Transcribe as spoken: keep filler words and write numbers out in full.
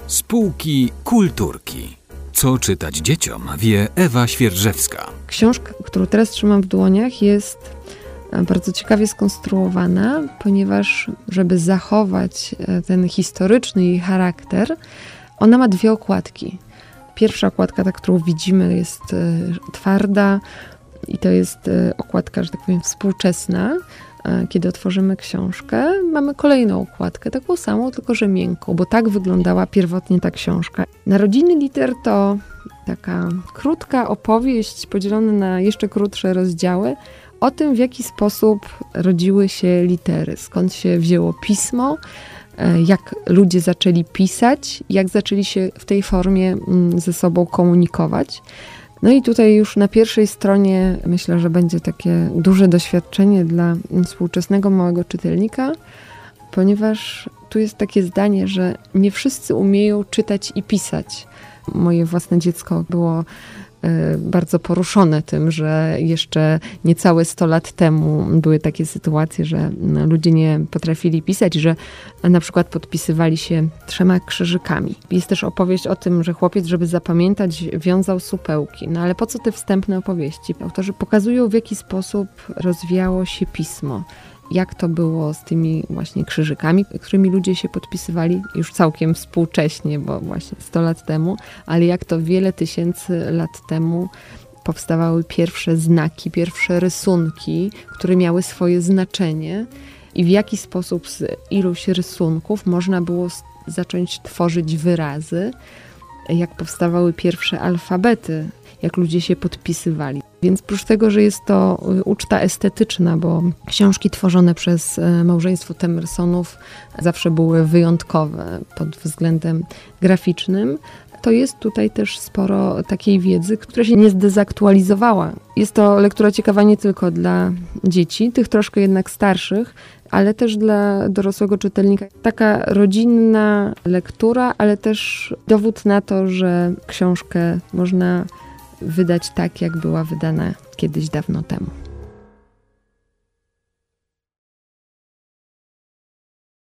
Z półki kulturki. Co czytać dzieciom, wie Ewa Świerżewska. Książka, którą teraz trzymam w dłoniach, jest bardzo ciekawie skonstruowana, ponieważ żeby zachować ten historyczny jej charakter, ona ma dwie okładki. Pierwsza okładka, ta, którą widzimy, jest twarda i to jest okładka, że tak powiem, współczesna. Kiedy otworzymy książkę, mamy kolejną okładkę, taką samą, tylko że miękką, bo tak wyglądała pierwotnie ta książka. Narodziny liter to taka krótka opowieść podzielona na jeszcze krótsze rozdziały o tym, w jaki sposób rodziły się litery, skąd się wzięło pismo, jak ludzie zaczęli pisać, jak zaczęli się w tej formie ze sobą komunikować. No i tutaj już na pierwszej stronie myślę, że będzie takie duże doświadczenie dla współczesnego małego czytelnika, ponieważ tu jest takie zdanie, że nie wszyscy umieją czytać i pisać. Moje własne dziecko było bardzo poruszone tym, że jeszcze niecałe sto lat temu były takie sytuacje, że ludzie nie potrafili pisać, że na przykład podpisywali się trzema krzyżykami. Jest też opowieść o tym, że chłopiec, żeby zapamiętać, wiązał supełki. No ale po co te wstępne opowieści? Autorzy pokazują, w jaki sposób rozwijało się pismo. Jak to było z tymi właśnie krzyżykami, którymi ludzie się podpisywali już całkiem współcześnie, bo właśnie sto lat temu, ale jak to wiele tysięcy lat temu powstawały pierwsze znaki, pierwsze rysunki, które miały swoje znaczenie i w jaki sposób z iluś rysunków można było zacząć tworzyć wyrazy, jak powstawały pierwsze alfabety, jak ludzie się podpisywali. Więc oprócz tego, że jest to uczta estetyczna, bo książki tworzone przez małżeństwo Temersonów zawsze były wyjątkowe pod względem graficznym, to jest tutaj też sporo takiej wiedzy, która się nie zdezaktualizowała. Jest to lektura ciekawa nie tylko dla dzieci, tych troszkę jednak starszych, ale też dla dorosłego czytelnika. Taka rodzinna lektura, ale też dowód na to, że książkę można wydać tak, jak była wydana kiedyś dawno temu.